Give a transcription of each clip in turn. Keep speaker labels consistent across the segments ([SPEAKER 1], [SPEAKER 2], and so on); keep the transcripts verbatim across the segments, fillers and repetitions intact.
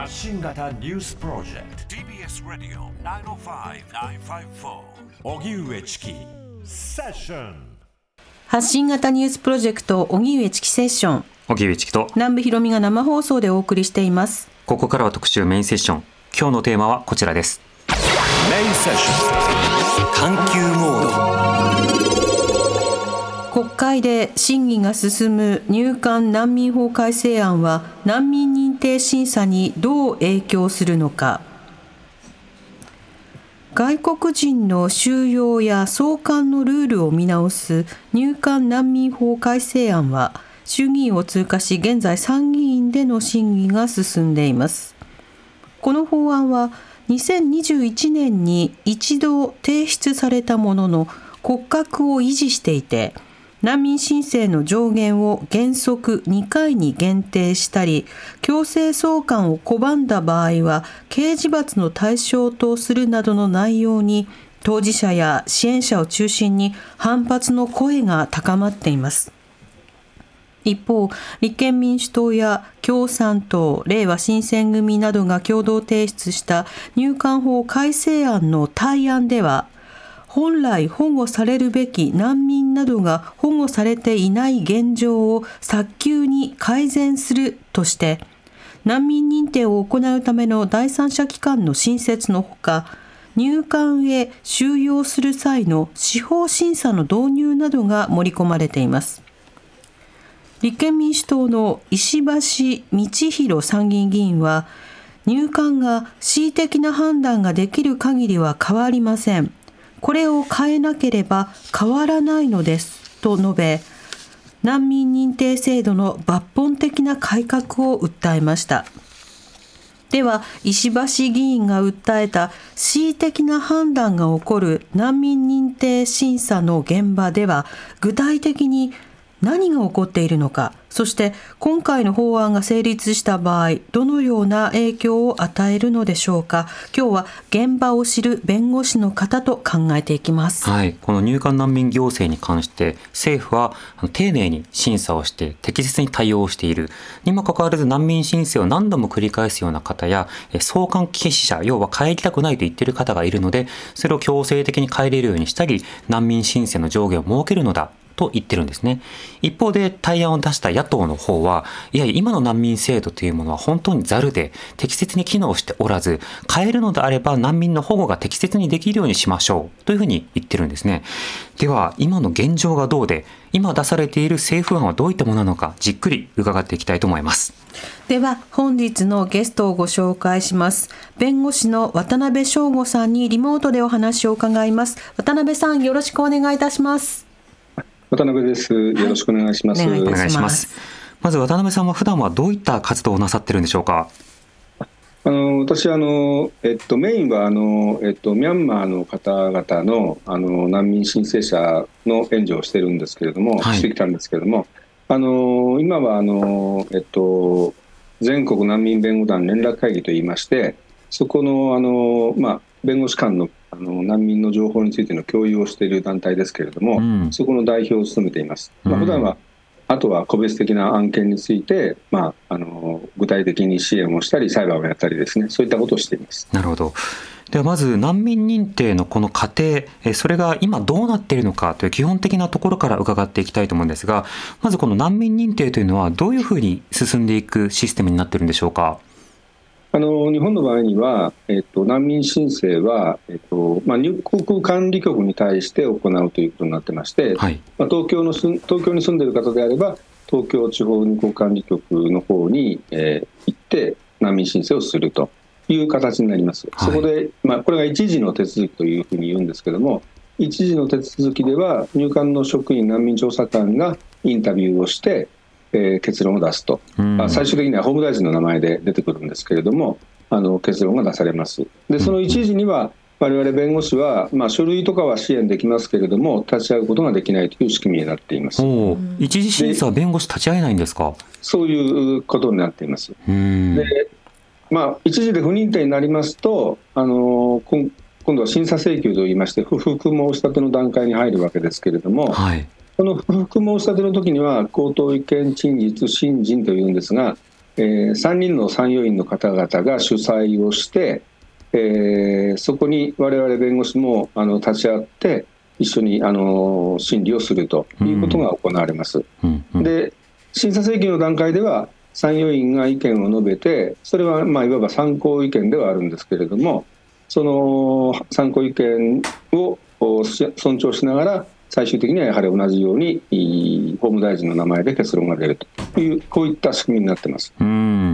[SPEAKER 1] 発信型ニュースプロジェクト ティービーエス ラディオきゅうまるごきゅうごよん荻上チキセッション。
[SPEAKER 2] 発信型ニュースプロジェクト荻上チキセッション、
[SPEAKER 3] 荻上チキと
[SPEAKER 2] 南部ひろみが生放送でお送りしています。
[SPEAKER 3] ここからは特集メインセッション。今日のテーマはこちらです。
[SPEAKER 1] メインセッション
[SPEAKER 3] 緩急モード。
[SPEAKER 2] 国会で審議が進む入管難民法改正案は難民認定審査にどう影響するのか。外国人の収容や送還のルールを見直す入管難民法改正案は衆議院を通過し、現在参議院での審議が進んでいます。この法案はにせんにじゅういちねんに一度提出されたものの骨格を維持していて、難民申請の上限を原則にかいに限定したり、強制送還を拒んだ場合は刑事罰の対象とするなどの内容に、当事者や支援者を中心に反発の声が高まっています。一方、立憲民主党や共産党、れいわ新選組などが共同提出した入管法改正案の対案では、本来保護されるべき難民などが保護されていない現状を早急に改善するとして、難民認定を行うための第三者機関の新設のほか、入管へ収容する際の司法審査の導入などが盛り込まれています。立憲民主党の石橋通宏参議院議員は、入管が恣意的な判断ができる限りは変わりません。これを変えなければ変わらないのですと述べ、難民認定制度の抜本的な改革を訴えました。では、石橋議員が訴えた恣意的な判断が起こる難民認定審査の現場では、具体的に何が起こっているのか、そして今回の法案が成立した場合、どのような影響を与えるのでしょうか。今日は現場を知る弁護士の方と考えていきます。
[SPEAKER 3] はい、この入管難民行政に関して政府は丁寧に審査をして適切に対応しているにもかかわらず、難民申請を何度も繰り返すような方や送還拒否者、要は帰りたくないと言っている方がいるので、それを強制的に帰れるようにしたり、難民申請の上限を設けるのだと言ってるんですね。一方で対案を出した野党の方は、いやいや今の難民制度というものは本当にざるで適切に機能しておらず、変えるのであれば難民の保護が適切にできるようにしましょうというふうに言ってるんですね。では今の現状がどうで、今出されている政府案はどういったものなのか、じっくり伺っていきたいと思います。
[SPEAKER 2] では本日のゲストをご紹介します。弁護士の渡辺翔吾さんにリモートでお話を伺います。渡辺さん、よろしくお願いいたします。
[SPEAKER 4] 渡辺です。よろしくお願いします。
[SPEAKER 2] はい、お
[SPEAKER 3] 願いします。まず渡辺さんは普段はどういった活動をなさってるんでしょうか。
[SPEAKER 4] あの私はあの、えっと、メインはあの、えっと、ミャンマーの方々 の, あの難民申請者の援助をしてるんですけれども、はい、してきたんですけれども、あの今はあの、えっと、全国難民弁護団連絡会議といいまして、そこの、あの、まあ、弁護士間のあの難民の情報についての共有をしている団体ですけれども、うん、そこの代表を務めています。まあ、普段はあとは個別的な案件について、まあ、あの具体的に支援をしたり裁判をやったりですね、そういったことをしています。
[SPEAKER 3] なるほど。ではまず難民認定のこの過程、それが今どうなっているのかという基本的なところから伺っていきたいと思うんですが、まずこの難民認定というのはどういうふうに進んでいくシステムになっているんでしょうか。
[SPEAKER 4] あの日本の場合には、えっと、難民申請は、えっとまあ、入国管理局に対して行うということになってまして、はい、まあ、東京の東京に住んでいる方であれば東京地方入国管理局の方に、えー、行って難民申請をするという形になります。はい、そこで、まあ、これが一時の手続きというふうに言うんですけども、一時の手続きでは入管の職員難民調査官がインタビューをしてえー、結論を出すと、まあ、最終的には法務大臣の名前で出てくるんですけれども、あの結論が出されます。でその一時には我々弁護士は、まあ、書類とかは支援できますけれども立ち会うことができないという仕組みになっています。
[SPEAKER 3] お一時審査は弁護士立ち会えないんですか。
[SPEAKER 4] そういうことになっています。で、まあ、一時で不認定になりますと、あの今度は審査請求といいまして不服申し立ての段階に入るわけですけれども、はい、この不服申し立ての時には口頭意見陳述信心というんですが、 えー、さんにんの参与員の方々が主催をして、えー、そこに我々弁護士もあの立ち会って一緒にあの審理をするということが行われます、うんうん、で審査請求の段階では参与員が意見を述べて、それはまあいわば参考意見ではあるんですけれども、その参考意見を尊重しながら最終的にはやはり同じように法務大臣の名前で結論が出るという、こういった仕組みになっています。
[SPEAKER 3] うん、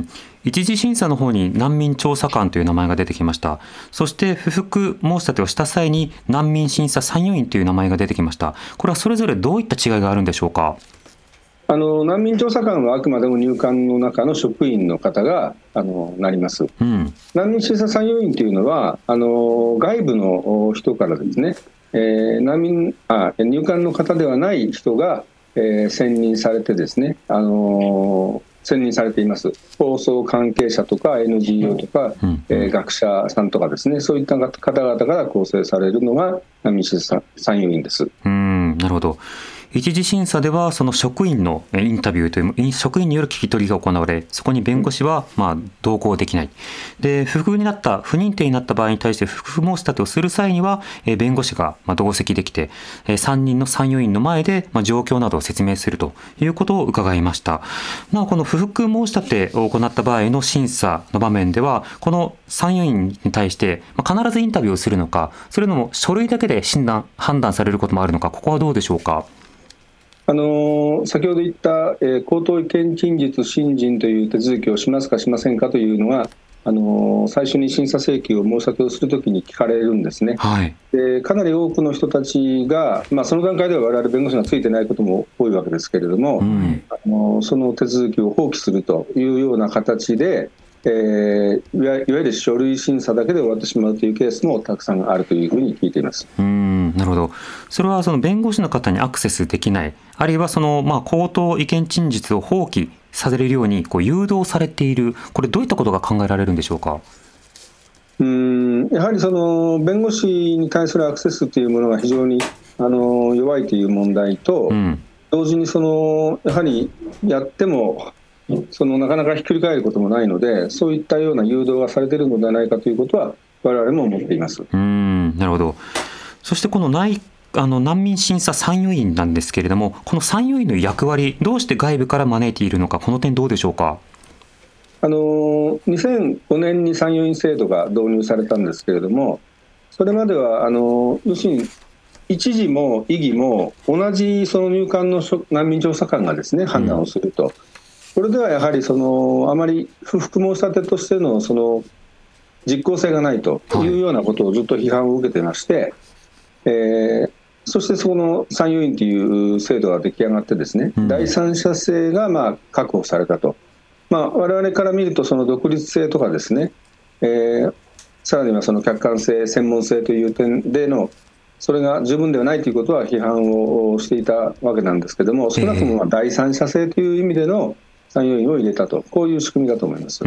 [SPEAKER 3] 一次審査の方に難民調査官という名前が出てきました。そして不服申し立てをした際に難民審査参与員という名前が出てきました。これはそれぞれどういった違いがあるんでしょうか。
[SPEAKER 4] あの難民調査官はあくまでも入管の中の職員の方があのなります、うん、難民審査参与員というのはあの外部の人からですね、えー、難民あ入管の方ではない人が、えー、選任されてですね、あのー、選任されています。放送関係者とか エヌジーオー とか、うんえー、学者さんとかですね、そういった方々から構成されるのが難民審査参与員です。
[SPEAKER 3] うん、なるほど。一次審査ではその職員のインタビューという職員による聞き取りが行われ、そこに弁護士はまあ同行できない。で、不服になった不認定になった場合に対して不服申し立てをする際には弁護士がまあ同席できて、さんにんの参与員の前でまあ状況などを説明するということを伺いました。なおこの不服申し立てを行った場合の審査の場面では、この参与員に対して必ずインタビューをするのか、それとも書類だけで診断判断されることもあるのか、ここはどうでしょうか。
[SPEAKER 4] あのー、先ほど言った、えー、口頭意見陳述信心という手続きをしますかしませんかというのが、あのー、最初に審査請求を申し立てをするときに聞かれるんですね、はい、でかなり多くの人たちが、まあ、その段階では我々弁護士がついてないことも多いわけですけれども、うん、あのー、その手続きを放棄するというような形で、えー、いわゆる書類審査だけで終わってしまうというケースもたくさんあるというふうに聞いています。
[SPEAKER 3] うーん、なるほど。それはその弁護士の方にアクセスできない、あるいはそのまあ口頭意見陳述を放棄されるようにこう誘導されている、これどういったことが考えられるんでしょうか。
[SPEAKER 4] うーんやはりその弁護士に対するアクセスというものが非常にあの弱いという問題と、うん、同時にそのやはりやってもそのなかなかひっくり返ることもないので、そういったような誘導がされているのではないかということは我々も思っています。
[SPEAKER 3] うーん、なるほど。そしてこの内あの難民審査参与員なんですけれども、この参与員の役割、どうして外部から招いているのか、この点どうでしょうか。
[SPEAKER 4] あのにせんごねんに参与員制度が導入されたんですけれども、それまではあの要するに一時も異議も同じその入管の難民調査官がですね判断をすると、うん、これではやはりそのあまり不服申し立てとしてのその実効性がないというようなことをずっと批判を受けていまして、はい、えー、そしてその参与員という制度が出来上がってですね、うん、第三者性がまあ確保されたと、まあ、我々から見るとその独立性とかですね、えー、さらにはその客観性専門性という点でのそれが十分ではないということは批判をしていたわけなんですけども、少なくともまあ第三者性という意味での参与員を入れたと、こういう仕組みだと思います。
[SPEAKER 3] うん、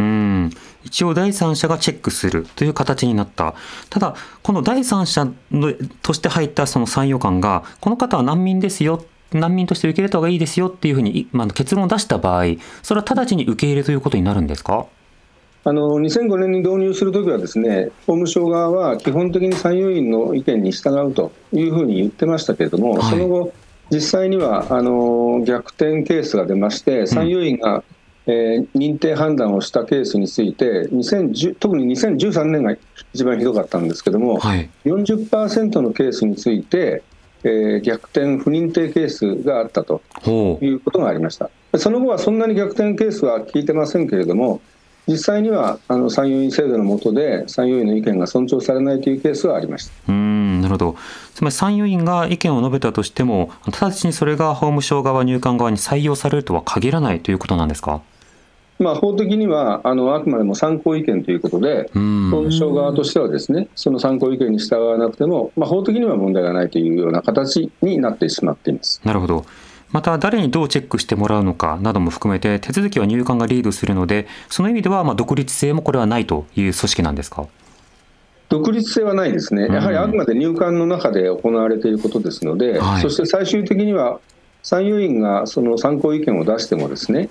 [SPEAKER 3] 一応第三者がチェックするという形になった。ただこの第三者のとして入ったその参与官が、この方は難民ですよ、難民として受け入れた方がいいですよっていうふうに、まあ、結論を出した場合、それは直ちに受け入れということになるんですか。
[SPEAKER 4] あのにせんごねんに導入するときはですね、法務省側は基本的に参与員の意見に従うというふうに言ってましたけれども、はい、その後実際にはあの逆転ケースが出まして、参与員が、うん、えー、認定判断をしたケースについてにせんじゅう特ににせんじゅうさんねんが一番ひどかったんですけども、はい、よんじゅっパーセント のケースについて、えー、逆転不認定ケースがあったということがありました。その後はそんなに逆転ケースは聞いてませんけれども、実際にはあの参与員制度の下で参与員の意見が尊重されないというケースはありました。
[SPEAKER 3] うーん、なるほど。つまり参与員が意見を述べたとしても、直ちにそれが法務省側入管側に採用されるとは限らないということなんですか。
[SPEAKER 4] まあ、法的にはあのあくまでも参考意見ということで、法務省側としてはですね、その参考意見に従わなくても、まあ、法的には問題がないというような形になってしまっています。
[SPEAKER 3] なるほど。また誰にどうチェックしてもらうのかなども含めて手続きは入管がリードするので、その意味ではまあ独立性もこれはないという組織なんですか。
[SPEAKER 4] 独立性はないですね。やはりあくまで入管の中で行われていることですので、うん、そして最終的には参与員がその参考意見を出してもですね、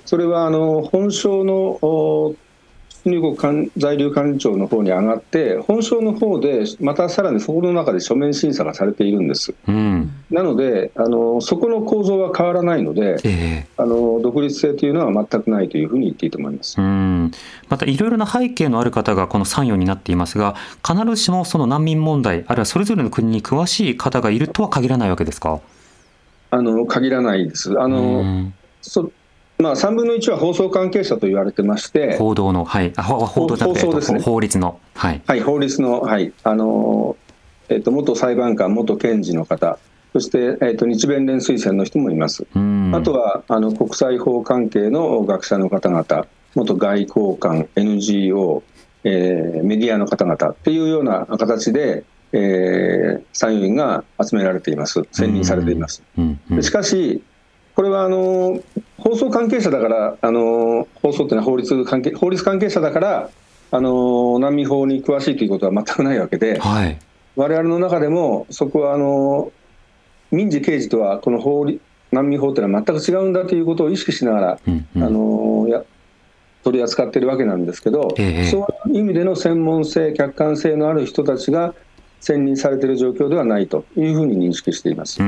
[SPEAKER 4] それはあの本省の出入国在留管理庁の方に上がって、本省の方でまたさらにそこの中で書面審査がされているんです、うん、なのであのそこの構造は変わらないので、えー、あの独立性というのは全くないというふうに言っていいと思います。
[SPEAKER 3] うん、またいろいろな背景のある方がこの参与になっていますが、必ずしもその難民問題あるいはそれぞれの国に詳しい方がいるとは限らないわけですか？
[SPEAKER 4] あの限らないです。あの、うん、そまあ、さんぶんのいちは放送関係者と言われてまして、
[SPEAKER 3] 報道の、はい、あ報道じゃなくて、放送ですね、法律の、はい、
[SPEAKER 4] はい、法律の、はい、あの、えっと、元裁判官、元検事の方、そして、えっと、日弁連推薦の人もいます。あとはあの国際法関係の学者の方々、元外交官、エヌジーオー、えー、メディアの方々っていうような形で、えー、参与員が集められています。選任されています。でしかしこれはあの放送関係者だから、あの放送というのは法律関係、法律関係者だからあの難民法に詳しいということは全くないわけで、はい、我々の中でもそこはあの民事刑事とはこの法律難民法というのは全く違うんだということを意識しながら、うんうん、あのや取り扱っているわけなんですけど、ええ、そういう意味での専門性、客観性のある人たちが選任されている状況ではないというふうに認識しています。
[SPEAKER 3] うん、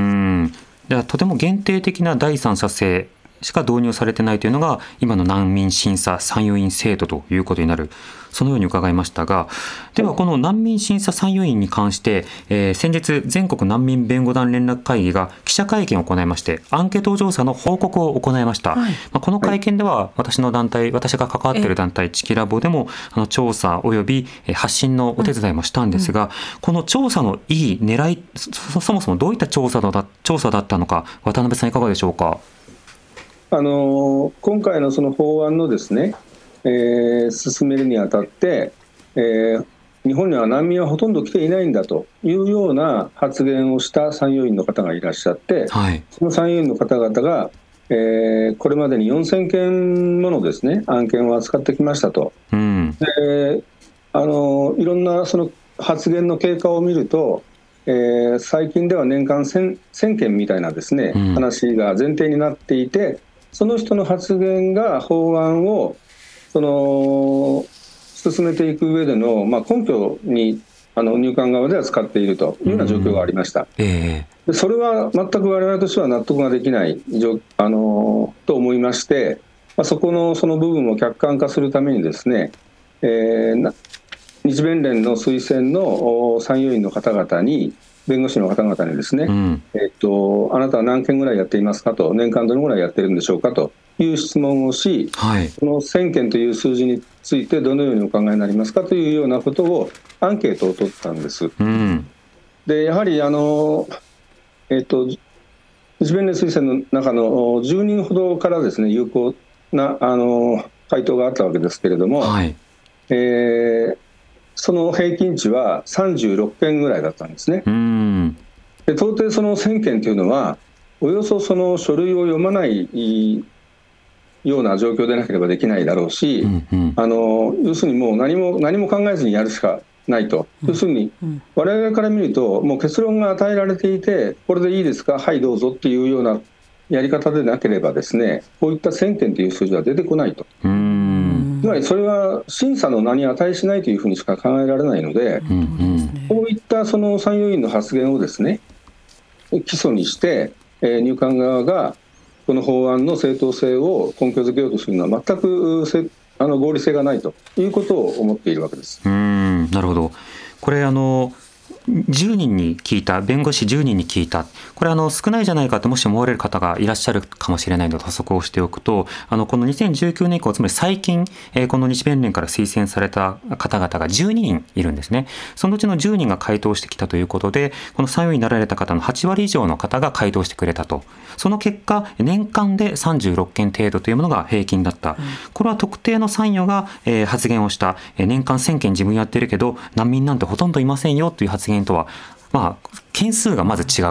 [SPEAKER 3] ではとても限定的な第三者制しか導入されてないというのが今の難民審査参与員制度ということになる、そのように伺いましたが、ではこの難民審査参与員に関して、えー、先日全国難民弁護団連絡会議が記者会見を行いましてアンケート調査の報告を行いました、はい、まあ、この会見では私の団体、私が関わっている団体チキラボでもあの調査および発信のお手伝いもしたんですが、うん、この調査の意義、狙い、そ, そもそもどういった調査だ、調査だったのか、渡辺さんいかがでしょうか？
[SPEAKER 4] あの今回のその法案のですね、えー、進めるにあたって、えー、日本には難民はほとんど来ていないんだというような発言をした参与員の方がいらっしゃって、はい、その参与員の方々が、えー、これまでによんせんけんものですね案件を扱ってきましたと、うん、であのいろんなその発言の経過を見ると、えー、最近では年間せんけんみたいなですね、うん、話が前提になっていて、その人の発言が法案をその進めていく上での、まあ、根拠にあの入管側では使っているというような状況がありました、うんえー、でそれは全く我々としては納得ができないあのと思いまして、まあ、そこのその部分を客観化するためにですね、えー、日弁連の推薦の参与員の方々に、弁護士の方々にですね、うん、えっと、あなたは何件ぐらいやっていますかと、年間どのぐらいやってるんでしょうかという質問をし、はい、このせんけんという数字についてどのようにお考えになりますかというようなことをアンケートを取ったんです、うん、でやはりあの、えっと、日弁連推薦の中のじゅうにんほどからですね有効なあの回答があったわけですけれども、はい、えーその平均値はさんじゅうろっけんぐらいだったんですね。うんで到底そのせんけんというのはおよそその書類を読まないような状況でなければできないだろうし、うんうん、あの要するにもう何も何も考えずにやるしかないと、うん、要するに我々から見るともう結論が与えられていて、これでいいですか、はいどうぞっていうようなやり方でなければですね、こういったせんけんという数字は出てこないと。うんつまりそれは審査の名に値しないというふうにしか考えられないので、うんうん、こういったその参与員の発言をですね基礎にして、えー、入管側がこの法案の正当性を根拠づけようとするのは全くせあの合理性がないということを思っているわけです。
[SPEAKER 3] うーんなるほど。これあのじゅうにんに聞いた、弁護士じゅうにんに聞いた、これあの少ないじゃないかともし思われる方がいらっしゃるかもしれないので補足をしておくと、あのこのにせんじゅうきゅうねん以降、つまり最近、えー、この日弁連から推薦された方々がじゅうににんいるんですね。そのうちのじゅうにんが回答してきたということで、この参与員になられた方のはちわり以上の方が回答してくれたと。その結果年間でさんじゅうろっけん程度というものが平均だった、うん、これは特定の参与が、えー、発言をした、えー、年間せんけん自分やってるけど難民なんてほとんどいませんよという発言とは、まあ、件数がまず違うと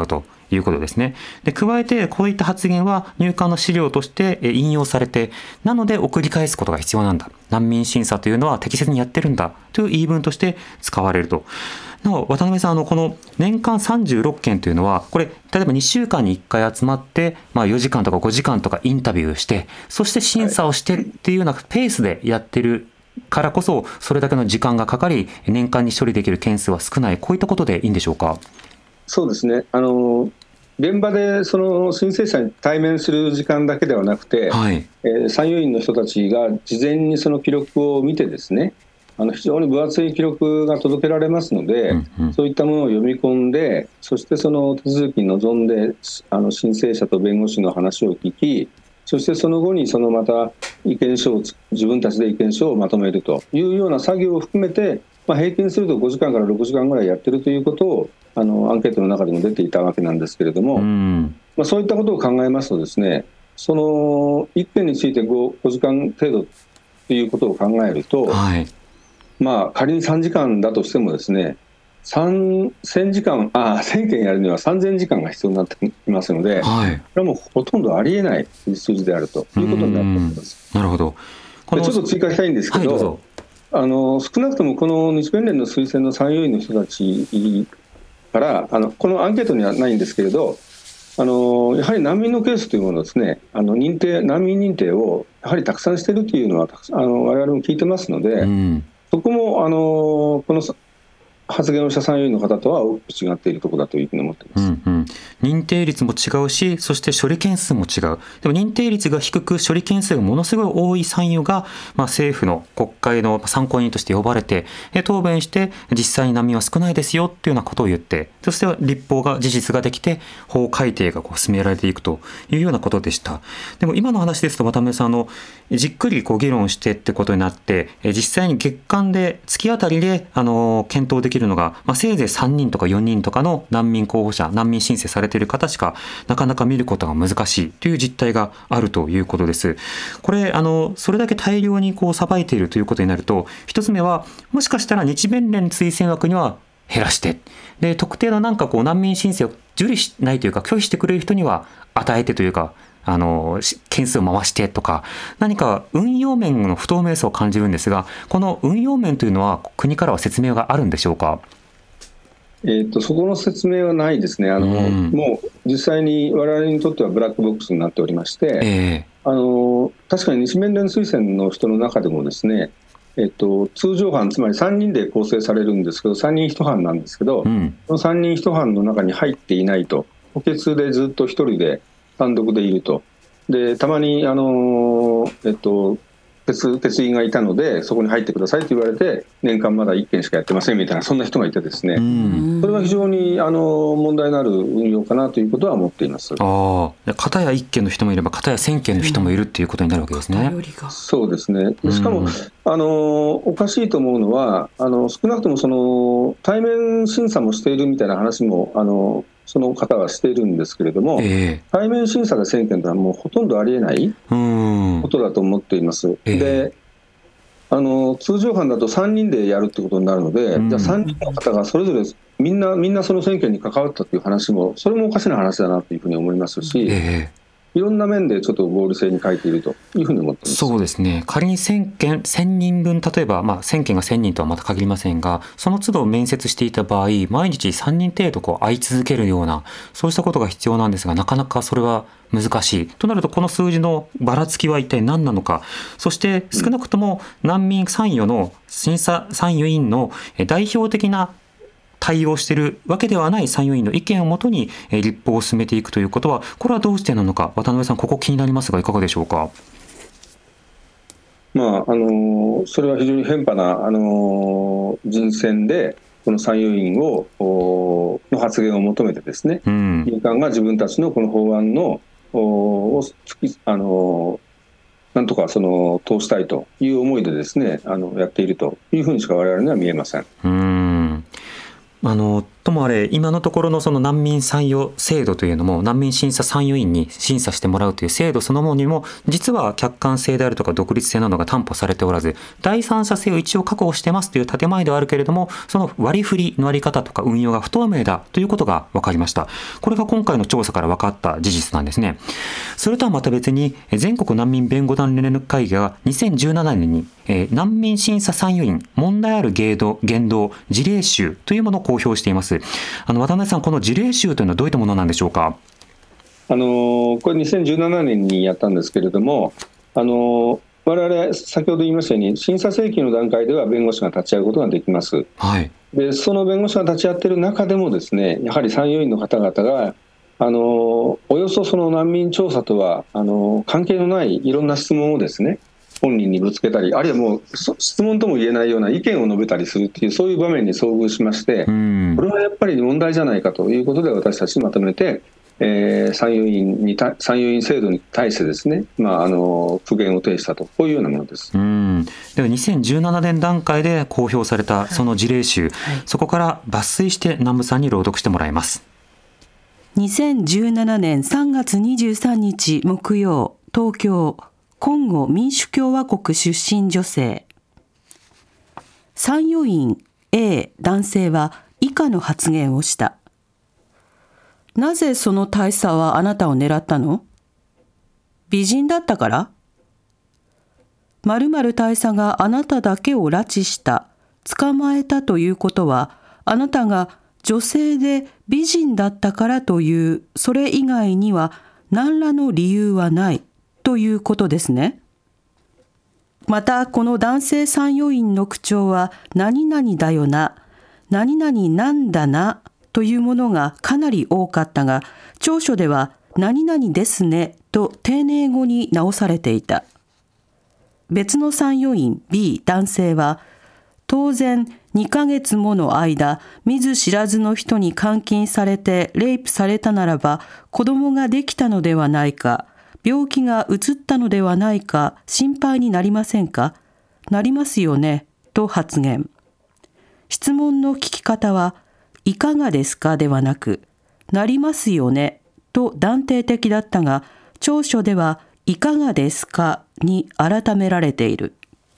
[SPEAKER 3] いうことですね。で加えてこういった発言は入管の資料として引用されて、なので送り返すことが必要なんだ、難民審査というのは適切にやってるんだという言い分として使われると。なお渡辺さん、あのこの年間さんじゅうろっけんというのは、これ例えばにしゅうかんにいっかい集まって、まあ、よじかんとかごじかんとかインタビューして、そして審査をしてっていうようなペースでやってるからこそ、それだけの時間がかかり、年間に処理できる件数は少ない、こういったことでいいんでしょうか。
[SPEAKER 4] そうですね、あの現場でその申請者に対面する時間だけではなくて、はい、えー、参与員の人たちが事前にその記録を見てですね、あの非常に分厚い記録が届けられますので、うんうん、そういったものを読み込んで、そしてその手続きに臨んで、あの申請者と弁護士の話を聞き、そしてその後にそのまた意見書を自分たちで意見書をまとめるというような作業を含めて、まあ、平均するとごじかんからろくじかんぐらいやってるということをあのアンケートの中でも出ていたわけなんですけれども、うん、まあ、そういったことを考えますとですね、そのいっけんについて 5, ごじかん程度ということを考えると、はい、まあ、仮にさんじかんだとしてもですね、さんぜんじかん、あせんけんやるにはさんぜんじかんが必要になってきますので、はい、これはもうほとんどありえない数字であるということになっています。
[SPEAKER 3] なるほど。
[SPEAKER 4] ちょっと追加したいんですけど、はい、どうぞ。あの少なくともこの日弁連の推薦の参与員の人たちからあのこのアンケートにはないんですけれど、あのやはり難民のケースというものをですね、あの認定難民認定をやはりたくさんしているというのはあの我々も聞いてますので、うん、そこもあのこの発言をした参与員の方とは大きく違っているところだというふうに思っています、うんうん、
[SPEAKER 3] 認定率も違うし、そして処理件数も違う。でも認定率が低く処理件数がものすごい多い参与が、まあ、政府の国会の参考人として呼ばれて答弁して、実際に難民は少ないですよっていうようなことを言って、そして立法が事実ができて法改定がこう進められていくというようなことでした。でも今の話ですと渡辺さんのじっくりこう議論してってことになって、実際に月間で月当たりであの検討できるのが、まあ、せいぜいさんにんとかよにんとかの難民候補者、難民申請されている方しかなかなか見ることが難しいという実態があるということです。これあのそれだけ大量にこう裁いているということになると、一つ目はもしかしたら日弁連推薦枠には減らして、で特定のなんかこう難民申請を受理しないというか拒否してくれる人には与えてというか、あの件数を回してとか、何か運用面の不透明さを感じるんですが、この運用面というのは国からは説明があるんでしょうか。
[SPEAKER 4] えー、とそこの説明はないですね。あの、うん、もう実際に我々にとってはブラックボックスになっておりまして、えー、あの確かに日弁連推薦の人の中でもですね、えー、と通常班、つまりさんにんで構成されるんですけど、さんにんいち班なんですけど、うん、そのさんにんいち班の中に入っていないと、補欠でずっとひとりで単独でいると。でたまにあの、えっと、欠, 欠員がいたのでそこに入ってくださいと言われて、年間まだいっけんしかやってませんみたいな、そんな人がいてですね、それは非常にあの問題のある運用かなということは思っています。
[SPEAKER 3] ああ、片やいっけんの人もいれば片やせんけんの人もいるっていうことになるわけですね。
[SPEAKER 4] そうですね。しかも、うん、あのおかしいと思うのは、あの少なくともその対面審査もしているみたいな話もあのその方はしているんですけれども、えー、対面審査がせんけんというのはもうほとんどありえないことだと思っています。えー、であの通常班だとさんにんでやるってことになるので、じゃあさんにんの方がそれぞれみんなみんなその選挙に関わったという話も、それもおかしな話だなというふうに思いますし、えーいろんな面でちょっと合理性に欠いているというふうに思っています。
[SPEAKER 3] そうですね。仮にせんけん、せんにんぶん、例えば、まあ、せんけんがせんにんとはまた限りませんが、その都度面接していた場合、毎日さんにん程度こう会い続けるような、そうしたことが必要なんですが、なかなかそれは難しいとなると、この数字のばらつきは一体何なのか。そして少なくとも難民参与の審査参与員の代表的な対応しているわけではない参与員の意見をもとに立法を進めていくということは、これはどうしてなのか、渡辺さん、ここ気になりますがいかがでしょうか。
[SPEAKER 4] まあ、あのそれは非常に偏派なあの人選でこの参与員をの発言を求めてですね、うん、民間が自分たちのこの法案のをあのなんとかその通したいという思いでですね、あのやっているというふうにしか我々には見えません。
[SPEAKER 3] うんあのともあれ今のところのその難民参与制度というのも、難民審査参与員に審査してもらうという制度そのものにも実は客観性であるとか独立性などが担保されておらず、第三者性を一応確保してますという建前ではあるけれども、その割り振りのあり方とか運用が不透明だということが分かりました。これが今回の調査から分かった事実なんですね。それとはまた別に全国難民弁護団連絡会議がにせんじゅうななねんにえー、難民審査参与員問題ある言動、言動事例集というものを公表しています。あの渡辺さん、この事例集というのはどういったものなんでしょうか。
[SPEAKER 4] あのこれにせんじゅうななねんにやったんですけれども、あの我々先ほど言いましたように審査請求の段階では弁護士が立ち会うことができます、はい、でその弁護士が立ち会っている中でもですね、やはり参与員の方々があのおよそその難民調査とはあの関係のないいろんな質問をですね本人にぶつけたり、あるいはもう質問とも言えないような意見を述べたりするっていう、そういう場面に遭遇しまして、これはやっぱり問題じゃないかということで私たちまとめて、えー、参与員に参与員制度に対してですね、まあ、あの苦言を呈したと、こういうようなものです。
[SPEAKER 3] うん、ではにせんじゅうななねん段階で公表されたその事例集、はいはい、そこから抜粋して南部さんに朗読してもらいます。
[SPEAKER 2] にせんじゅうななねんさんがつにじゅうさんにち木曜、東京コンゴ民主共和国出身女性。参与員 A 男性は以下の発言をした。なぜその大佐はあなたを狙ったの？美人だったから？〇〇大佐があなただけを拉致した、捕まえたということは、あなたが女性で美人だったからという、それ以外には何らの理由はない。ということですね。またこの男性参与員の口調は何々だよな、何々なんだなというものがかなり多かったが、調書では何々ですねと丁寧語に直されていた。別の参与員 B 男性は、当然にかげつもの間見ず知らずの人に監禁されてレイプされたならば子供ができたのではないか、病気がうつったのではないか心配になりませんか？なりますよねと発言。質問の聞き方はいかがですかではなく、なりますよねと断定的だったが、調書ではいかがですかに改められている。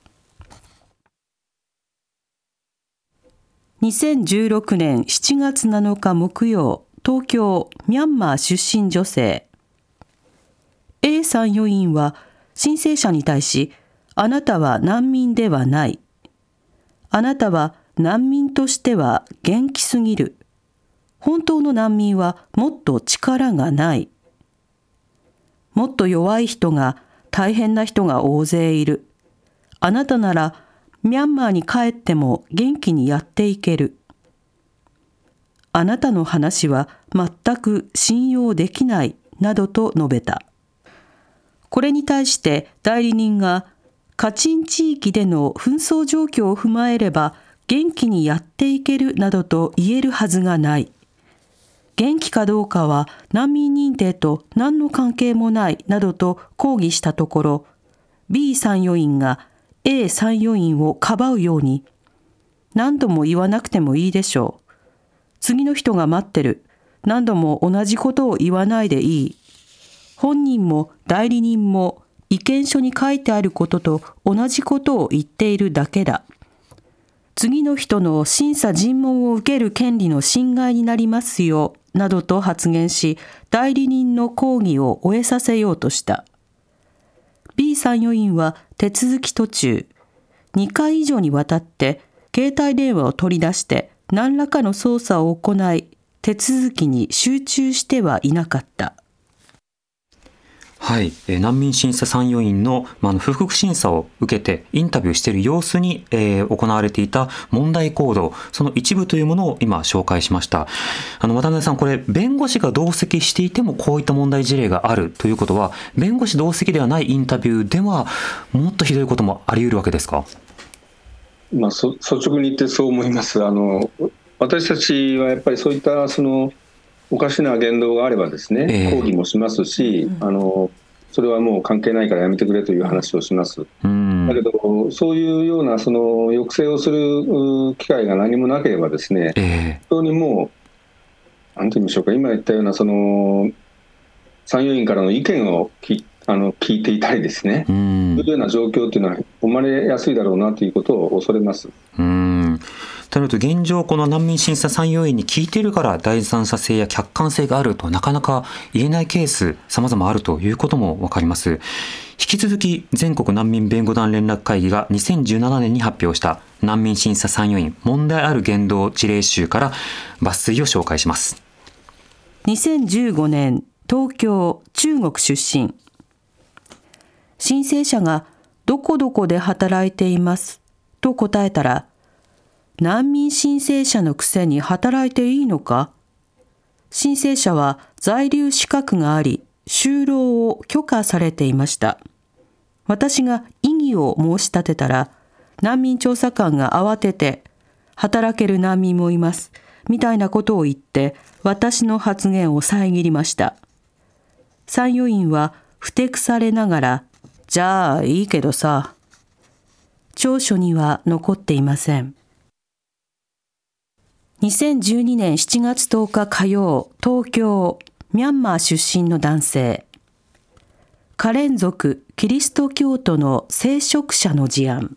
[SPEAKER 2] にせんじゅうろくねんしちがつなのか木曜、東京ミャンマー出身女性。A 参与員は申請者に対し、あなたは難民ではない。あなたは難民としては元気すぎる。本当の難民はもっと力がない。もっと弱い人が、大変な人が大勢いる。あなたならミャンマーに帰っても元気にやっていける。あなたの話は全く信用できないなどと述べた。これに対して代理人が、カチン地域での紛争状況を踏まえれば元気にやっていけるなどと言えるはずがない。元気かどうかは難民認定と何の関係もないなどと抗議したところ、B 参与員が A 参与員をかばうように、何度も言わなくてもいいでしょう。次の人が待ってる。何度も同じことを言わないでいい。本人も代理人も意見書に書いてあることと同じことを言っているだけだ。次の人の審査尋問を受ける権利の侵害になりますよ、などと発言し、代理人の抗議を終えさせようとした。B 参与員は手続き途中、にかい以上にわたって携帯電話を取り出して何らかの操作を行い、手続きに集中してはいなかった。
[SPEAKER 3] はい、えー、難民審査参与員の、まあ、の不服審査を受けてインタビューしている様子に、えー、行われていた問題行動、その一部というものを今紹介しました。あの渡辺さん、これ弁護士が同席していてもこういった問題事例があるということは、弁護士同席ではないインタビューではもっとひどいこともあり得るわけですか？
[SPEAKER 4] まあ、そ率直に言ってそう思います。あの私たちはやっぱりそういったそのおかしな言動があればですね、えー、抗議もしますし、うん、あのそれはもう関係ないからやめてくれという話をします、うん、だけどそういうようなその抑制をする機会が何もなければですね、えー、本当にもなんて言うんでしょうか、今言ったようなその参与員からの意見をきあの聞いていたりですね、そういうような状況というのは生まれやすいだろうなということを恐れます。
[SPEAKER 3] うーんとなると現状この難民審査参与員に聞いているから第三者性や客観性があるとなかなか言えないケース様々あるということも分かります。引き続き全国難民弁護団連絡会議がにせんじゅうななねんに発表した難民審査参与員問題ある言動事例集から抜粋を紹介します。
[SPEAKER 2] にせんじゅうごねん東京中国出身。申請者がどこどこで働いていますと答えたら、難民申請者のくせに働いていいのか？申請者は在留資格があり、就労を許可されていました。私が異議を申し立てたら、難民調査官が慌てて、働ける難民もいます、みたいなことを言って、私の発言を遮りました。参与員はふてくされながら、じゃあいいけどさ。調書には残っていません。にせんじゅうにねんしちがつとおか火曜、東京、ミャンマー出身の男性。カレン族キリスト教徒の聖職者の事案。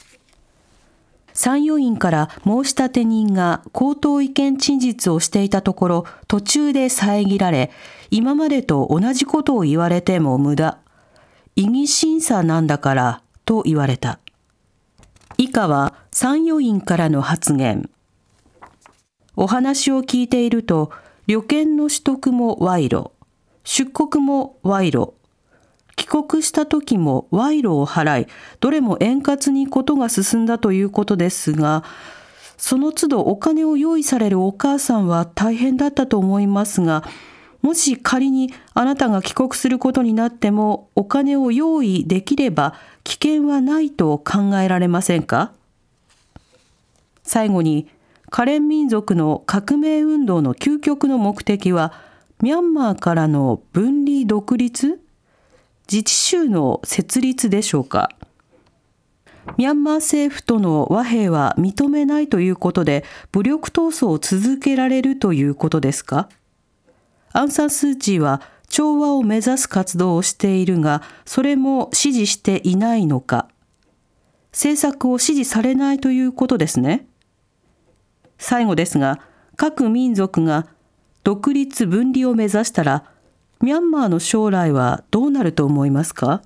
[SPEAKER 2] 参与員から申立人が口頭意見陳述をしていたところ、途中で遮られ、今までと同じことを言われても無駄。異議審査なんだからと言われた。以下は参与員からの発言。お話を聞いていると、旅券の取得も賄賂、出国も賄賂、帰国した時も賄賂を払い、どれも円滑にことが進んだということですが、その都度お金を用意されるお母さんは大変だったと思いますが、もし仮にあなたが帰国することになっても、お金を用意できれば危険はないと考えられませんか？最後に、カレン民族の革命運動の究極の目的は、ミャンマーからの分離独立？自治州の設立でしょうか？ミャンマー政府との和平は認めないということで、武力闘争を続けられるということですか？アンサンスーチーは調和を目指す活動をしているが、それも支持していないのか？政策を支持されないということですね。最後ですが、各民族が独立分離を目指したら、ミャンマーの将来はどうなると思いますか？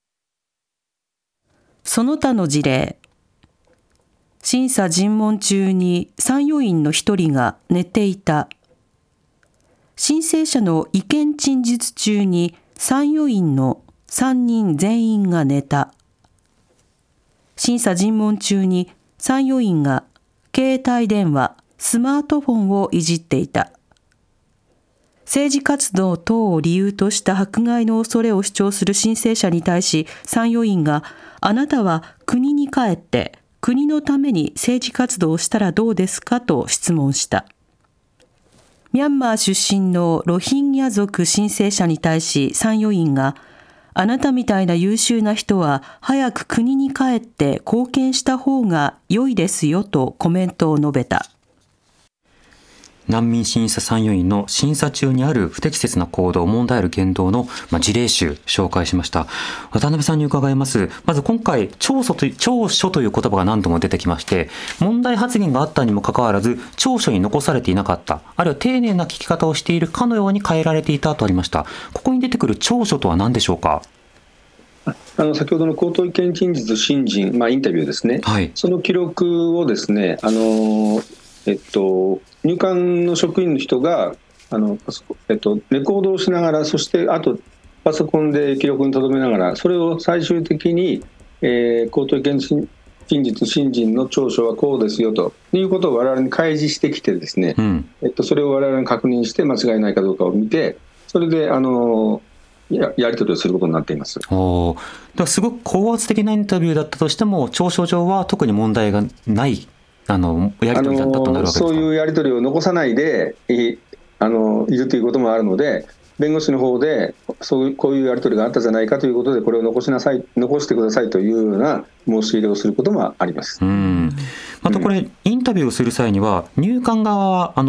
[SPEAKER 2] その他の事例。審査尋問中に参与員の一人が寝ていた。申請者の意見陳述中に参与員のさんにん全員が寝た。審査尋問中に参与員が携帯電話、スマートフォンをいじっていた。政治活動等を理由とした迫害の恐れを主張する申請者に対し、参与員が、あなたは国に帰って国のために政治活動をしたらどうですかと質問した。ミャンマー出身のロヒンギャ族申請者に対し、参与員が、あなたみたいな優秀な人は早く国に帰って貢献した方が良いですよとコメントを述べた。
[SPEAKER 3] 難民審査参与員の審査中にある不適切な行動、問題ある言動の、まあ、事例集紹介しました。渡辺さんに伺います。まず今回調書という、調書という言葉が何度も出てきまして、問題発言があったにもかかわらず調書に残されていなかった、あるいは丁寧な聞き方をしているかのように変えられていたとありました。ここに出てくる調書とは何でしょうか？
[SPEAKER 4] あの先ほどの口頭意見陳述新人、まあ、インタビューですね、はい、その記録をですね、あの、えっと、入管の職員の人があの、えっと、レコードをしながら、そしてあとパソコンで記録に留めながら、それを最終的に、えー、口頭意見陳述新人の調書はこうですよということを我々に開示してきてですね、うん、えっと、それを我々に確認して間違いないかどうかを見て、それであのや, やり取りをすることになっています。
[SPEAKER 3] おだからすごく高圧的なインタビューだったとしても、調書上は特に問題がないあのやり取りだったとなるわけですか？
[SPEAKER 4] そういうやり取りを残さないで い, あのいるということもあるので、弁護士の方でそういうこういうやり取りがあったじゃないかということで、これを残しなさい、残してくださいというような申し入れをすることもあります。
[SPEAKER 3] うんまたこれ、うん、インタビューをする際には入管側はあの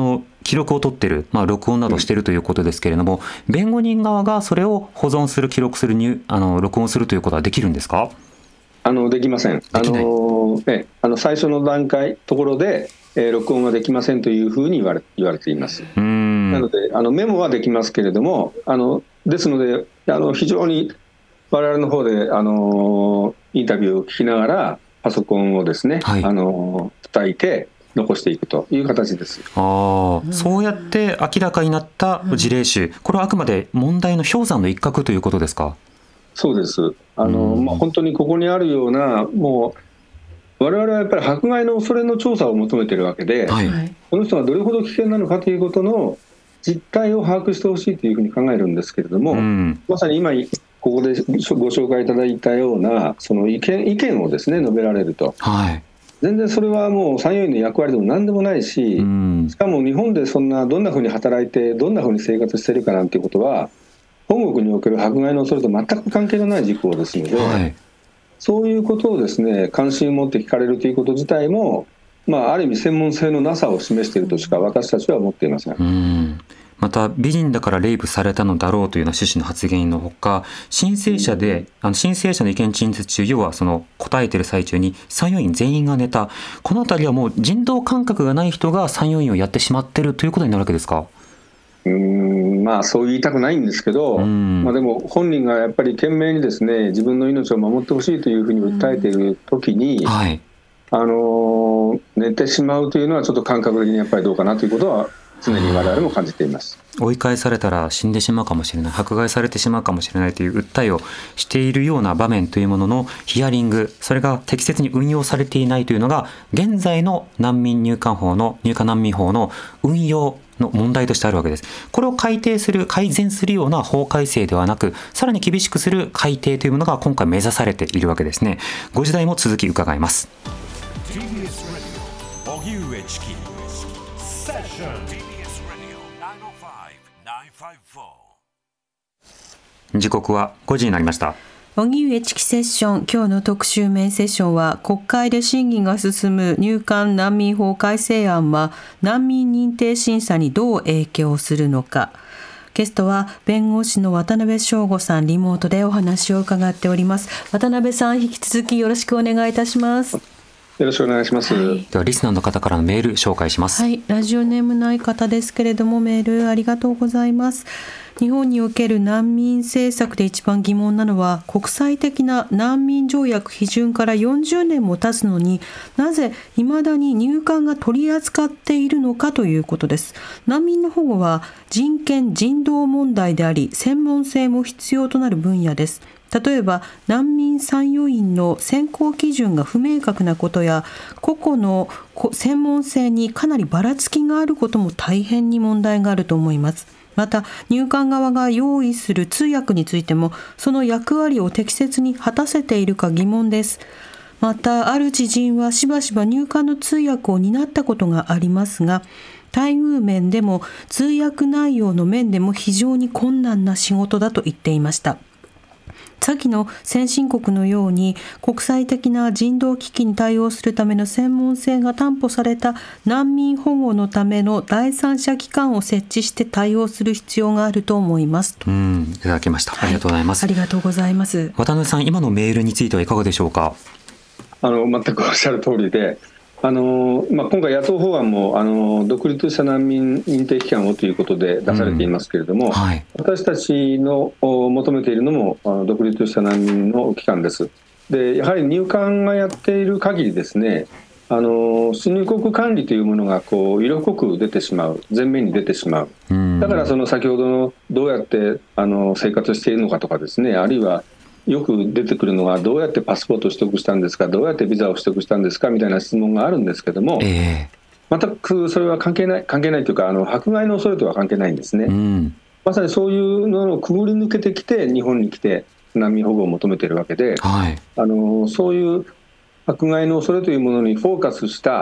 [SPEAKER 3] 記録を取ってる、まあ、録音などしてるということですけれども、うん、弁護人側がそれを保存する、記録する、入あの録音するということはできるんですか？
[SPEAKER 4] あのできません。あのえあの最初の段階ところで、えー、録音はできませんというふうに言われ、言われています。うーんなのであのメモはできますけれども、あのですのであの非常に我々の方であのインタビューを聞きながらパソコンをですね、はい、あの伝えて残していくという形です。
[SPEAKER 3] あ、うん、そうやって明らかになった事例集、これはあくまで問題の氷山の一角ということですか？
[SPEAKER 4] そうです。あの、うんまあ、本当にここにあるような、もう我々はやっぱり迫害の恐れの調査を求めているわけで、はい、この人がどれほど危険なのかということの実態を把握してほしいというふうに考えるんですけれども、うん、まさに今ここでご紹介いただいたようなその意見、意見をですね述べられると、はい、全然それはもう参与員の役割でも何でもないし、うん、しかも日本でそんなどんなふうに働いてどんなふうに生活しているかなんていうことは本国における迫害の恐れと全く関係のない事項ですので、はい、そういうことをですね関心を持って聞かれるということ自体も、まあ、ある意味専門性のなさを示しているとしか私たちは思っていません。うん、
[SPEAKER 3] また美人だからレイプされたのだろうというような趣旨の発言のほか、申請者であの申請者の意見陳述中、要はその答えている最中に参与員全員が寝た、このあたりはもう人道感覚がない人が参与員をやってしまっているということになるわけですか？
[SPEAKER 4] うーんまあそう言いたくないんですけど、まあ、でも本人がやっぱり懸命にですね自分の命を守ってほしいというふうに訴えているときに、はい、あの寝てしまうというのはちょっと感覚的にやっぱりどうかなということは常に我々も感じています。
[SPEAKER 3] 追い返されたら死んでしまうかもしれない、迫害されてしまうかもしれないという訴えをしているような場面というもののヒアリング、それが適切に運用されていないというのが現在の難民入管法の入管難民法の運用の問題としてあるわけです。これを改定する、改善するような法改正ではなく、さらに厳しくする改定というものが今回目指されているわけですね。ご時代も続き伺います。ティービーエス ラジオ荻上チキセッション ティービーエス ラジオきゅうまるご きゅうごよん。時刻はごじになりました。
[SPEAKER 2] 荻上チキセッション、今日の特集メインセッションは、国会で審議が進む入管難民法改正案は難民認定審査にどう影響するのか。ゲストは弁護士の渡辺翔吾さん、リモートでお話を伺っております。渡辺さん、引き続きよろしくお願いいたします。
[SPEAKER 4] よろしくお願いします、はい、
[SPEAKER 3] ではリスナーの方からのメール紹介します。
[SPEAKER 2] はい、ラジオネームない方ですけれども、メールありがとうございます。日本における難民政策で一番疑問なのは、国際的な難民条約批准からよんじゅうねんも経つのに、なぜ未だに入管が取り扱っているのかということです。難民の保護は人権・人道問題であり、専門性も必要となる分野です。例えば難民参与員の選考基準が不明確なことや、個々の専門性にかなりばらつきがあることも大変に問題があると思います。また入管側が用意する通訳についても、その役割を適切に果たせているか疑問です。またある知人はしばしば入管の通訳を担ったことがありますが、待遇面でも通訳内容の面でも非常に困難な仕事だと言っていました。先の先進国のように国際的な人道危機に対応するための専門性が担保された難民保護のための第三者機関を設置して対応する必要があると思います。
[SPEAKER 3] うん、いただきました。ありがとうございます。
[SPEAKER 2] はい、ありがとうございます。
[SPEAKER 3] 渡辺さん、今のメールについてはいかがでしょうか？
[SPEAKER 4] あの全くおっしゃる通りで、あのまあ、今回野党法案もあの独立した難民認定機関をということで出されていますけれども、うんはい、私たちの求めているのもあの独立した難民の機関です。でやはり入管がやっている限りですね、あの出入国管理というものがこう色濃く出てしまう、前面に出てしまう。だからその先ほどのどうやってあの生活しているのかとかですね、あるいはよく出てくるのはどうやってパスポートを取得したんですか、どうやってビザを取得したんですかみたいな質問があるんですけども、えー、全くそれは関係ない関係ないというか、あの迫害の恐れとは関係ないんですね、うん、まさにそういうのをくぐり抜けてきて日本に来て難民保護を求めているわけで、はい、あのそういう迫害の恐れというものにフォーカスした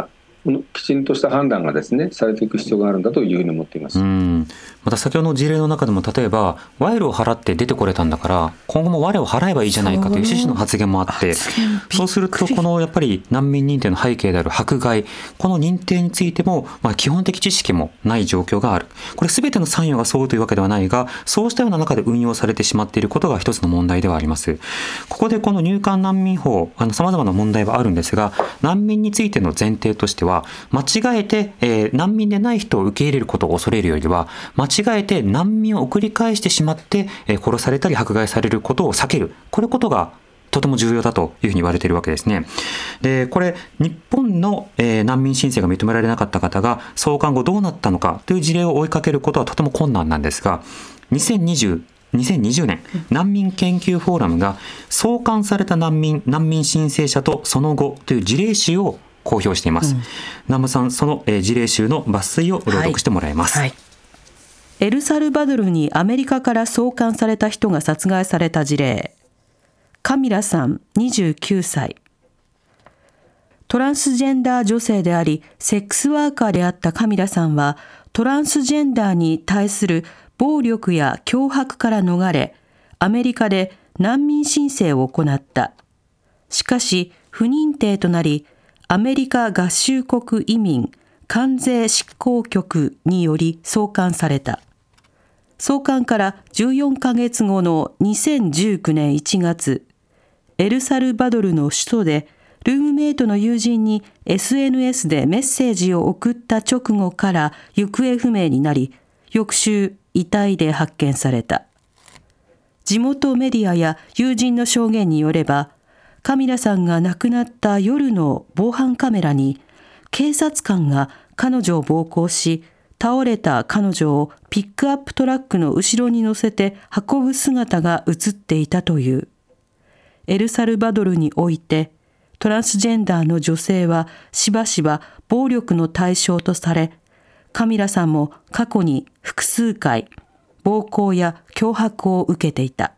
[SPEAKER 4] きちんとした判断がですねされていく必要があるんだというふうに思っています。
[SPEAKER 3] うん、また先ほどの事例の中でも例えば賄賂を払って出てこれたんだから今後も賄賂を払えばいいじゃないかという趣旨の発言もあって、そうするとこのやっぱり難民認定の背景である迫害、この認定についてもまあ基本的知識もない状況がある。これ全ての参与がそうというわけではないが、そうしたような中で運用されてしまっていることが一つの問題ではあります。ここでこの入管難民法、あの様々な問題はあるんですが、難民についての前提としては間違えて、えー、難民でない人を受け入れることを恐れるよりは、間違えて難民を送り返してしまって、えー、殺されたり迫害されることを避ける、これことがとても重要だというふうに言われているわけですね。で、これ日本の、えー、難民申請が認められなかった方が送還後どうなったのかという事例を追いかけることはとても困難なんですが、にせんにじゅうにせんにじゅうねん難民研究フォーラムが送還された難民難民申請者とその後という事例集を公表しています。うん、南部さん、その、えー、事例集の抜粋を朗読してもらいます。
[SPEAKER 2] はいはい、エルサルバドルにアメリカから送還された人が殺害された事例。カミラさんにじゅうきゅうさい。トランスジェンダー女性でありセックスワーカーであったカミラさんは、トランスジェンダーに対する暴力や脅迫から逃れ、アメリカで難民申請を行った。しかし不認定となり、アメリカ合衆国移民関税執行局により送還された。送還からじゅうよんかげつごのにせんじゅうきゅうねんいちがつ、エルサルバドルの首都でルームメイトの友人に エスエヌエス でメッセージを送った直後から行方不明になり、翌週遺体で発見された。地元メディアや友人の証言によれば、カミラさんが亡くなった夜の防犯カメラに、警察官が彼女を暴行し、倒れた彼女をピックアップトラックの後ろに乗せて運ぶ姿が映っていたという。エルサルバドルにおいて、トランスジェンダーの女性はしばしば暴力の対象とされ、カミラさんも過去に複数回、暴行や脅迫を受けていた。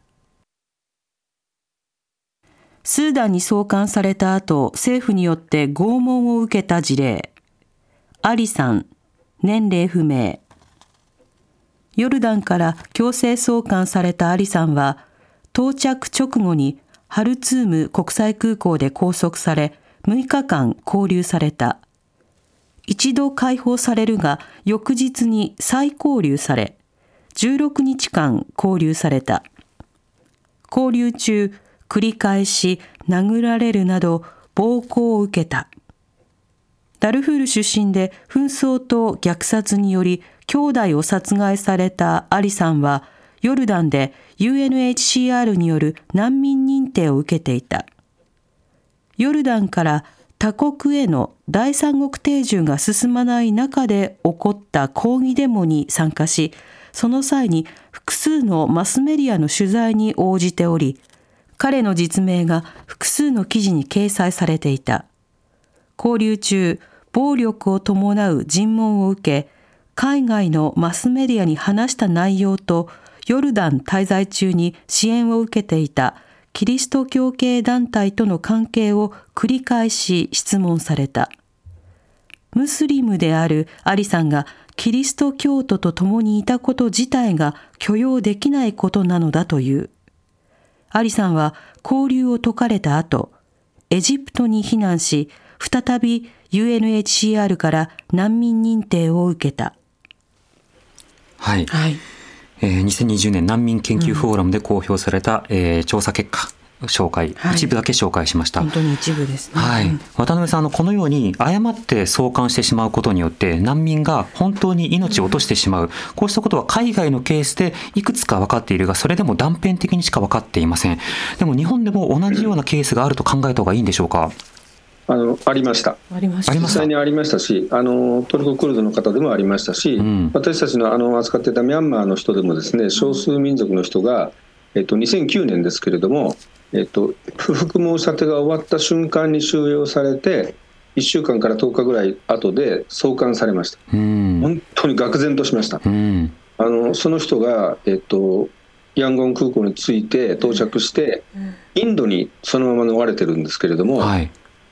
[SPEAKER 2] スーダンに送還された後、政府によって拷問を受けた事例。アリさん、年齢不明。ヨルダンから強制送還されたアリさんは、到着直後にハルツーム国際空港で拘束され、むいかかん勾留された。一度解放されるが、翌日に再拘留され、じゅうろくにちかん勾留された。勾留中、繰り返し殴られるなど暴行を受けた。ダルフール出身で紛争と虐殺により兄弟を殺害されたアリさんは、ヨルダンで ユーエヌエイチシーアール による難民認定を受けていた。ヨルダンから他国への第三国定住が進まない中で起こった抗議デモに参加し、その際に複数のマスメディアの取材に応じており、彼の実名が複数の記事に掲載されていた。勾留中、暴力を伴う尋問を受け、海外のマスメディアに話した内容とヨルダン滞在中に支援を受けていたキリスト教系団体との関係を繰り返し質問された。ムスリムであるアリさんがキリスト教徒と共にいたこと自体が許容できないことなのだという。アリさんは勾留を解かれた後、エジプトに避難し、再び ユーエヌエイチシーアール から難民認定を受けた。
[SPEAKER 3] はい、はい、えー、にせんにじゅうねん難民研究フォーラムで公表された、うん、えー、調査結果紹介、はい、一部だけ紹介しました。
[SPEAKER 2] 本当に一部ですね。
[SPEAKER 3] はい、渡辺さん、あのこのように誤って送還してしまうことによって難民が本当に命を落としてしまう、うん、こうしたことは海外のケースでいくつか分かっているが、それでも断片的にしか分かっていません。でも日本でも同じようなケースがあると考えた方がいいんでしょうか。
[SPEAKER 4] あのありました。
[SPEAKER 2] ありました。
[SPEAKER 4] 実際にありましたし、あのトルコクルドの方でもありましたし、うん、私たちのあの扱っていたミャンマーの人でもですね、少数民族の人が、えっと、にせんきゅうねんですけれども、えっと、不服申し立てが終わった瞬間に収容されていっしゅうかんからとおかぐらい後で送還されました。うん、本当に愕然としました。うん、あのその人が、えっと、ヤンゴン空港に着いて到着してインドにそのまま逃れてるんですけれども、はい、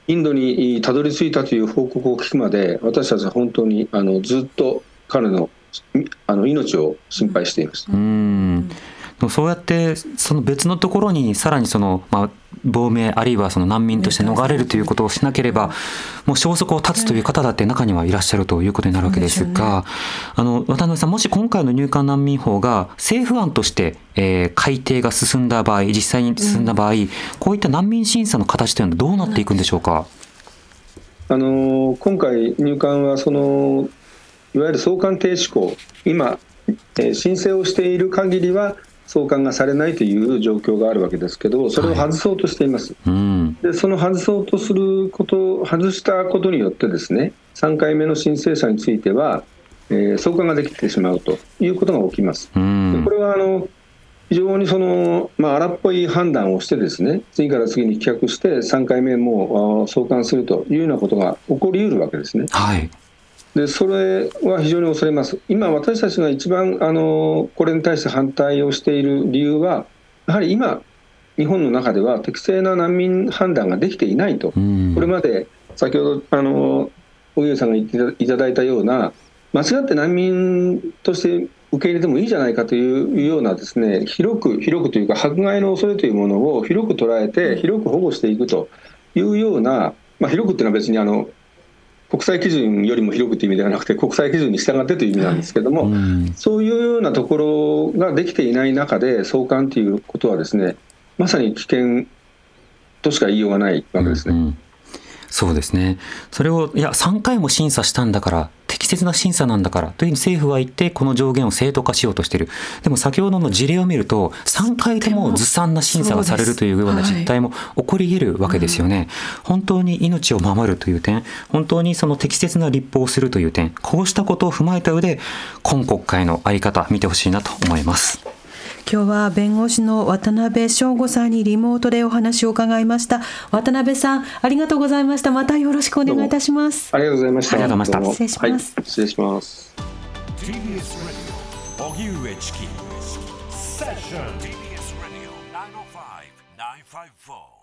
[SPEAKER 4] インドにたどり着いたという報告を聞くまで、私たちは本当にあのずっと彼のあの命を心配しています。
[SPEAKER 3] うーん、そうやってその別のところにさらにその、まあ、亡命あるいはその難民として逃れるということをしなければもう消息を絶つという方だって中にはいらっしゃるということになるわけですが、あの渡辺さん、もし今回の入管難民法が政府案として、えー、改定が進んだ場合、実際に進んだ場合、うん、こういった難民審査の形というのはどうなっていくんでしょうか。
[SPEAKER 4] あの今回入管はそのいわゆる送還停止校、今、えー、申請をしている限りは送還がされないという状況があるわけですけど、それを外そうとしています、はい、うん、でその外そうとすること外したことによってですね、さんかいめの申請者については、えー、送還ができてしまうということが起きます、うん、でこれはあの非常にその、まあ、荒っぽい判断をしてですね、次から次に棄却してさんかいめも送還するというようなことが起こりうるわけですね、はい、でそれは非常に恐れます。今私たちが一番あのこれに対して反対をしている理由は、やはり今日本の中では適正な難民判断ができていないと、うん、これまで先ほどあの荻上さんが言っていただいたような間違って難民として受け入れてもいいじゃないかというようなですね、広く広くというか迫害の恐れというものを広く捉えて広く保護していくというような、まあ、広くというのは別にあの国際基準よりも広くという意味ではなくて、国際基準に従ってという意味なんですけども、うん、そういうようなところができていない中で送還ということはですね、まさに危険としか言いようがないわけですね、うんうん、
[SPEAKER 3] そうですね。それをいやさんかいも審査したんだから適切な審査なんだからというふうに政府は言ってこの上限を正当化しようとしている。でも先ほどの事例を見るとさんかいともずさんな審査がされるというような実態も起こり得るわけですよね、はい、うん、本当に命を守るという点、本当にその適切な立法をするという点、こうしたことを踏まえた上で今国会の在り方見てほしいなと思います。
[SPEAKER 2] 今日は弁護士の渡辺翔吾さんにリモートでお話を伺いました。渡辺さん、ありがとうございました。またよろしくお願いいたします。
[SPEAKER 4] ありがとうございました。
[SPEAKER 3] ありがとうございました。
[SPEAKER 2] 失礼します、
[SPEAKER 4] はい、失礼します。
[SPEAKER 1] ティービーエス ラジオ荻上チキセッション ティービーエス ラジオナインオーファイブナインファイブフォー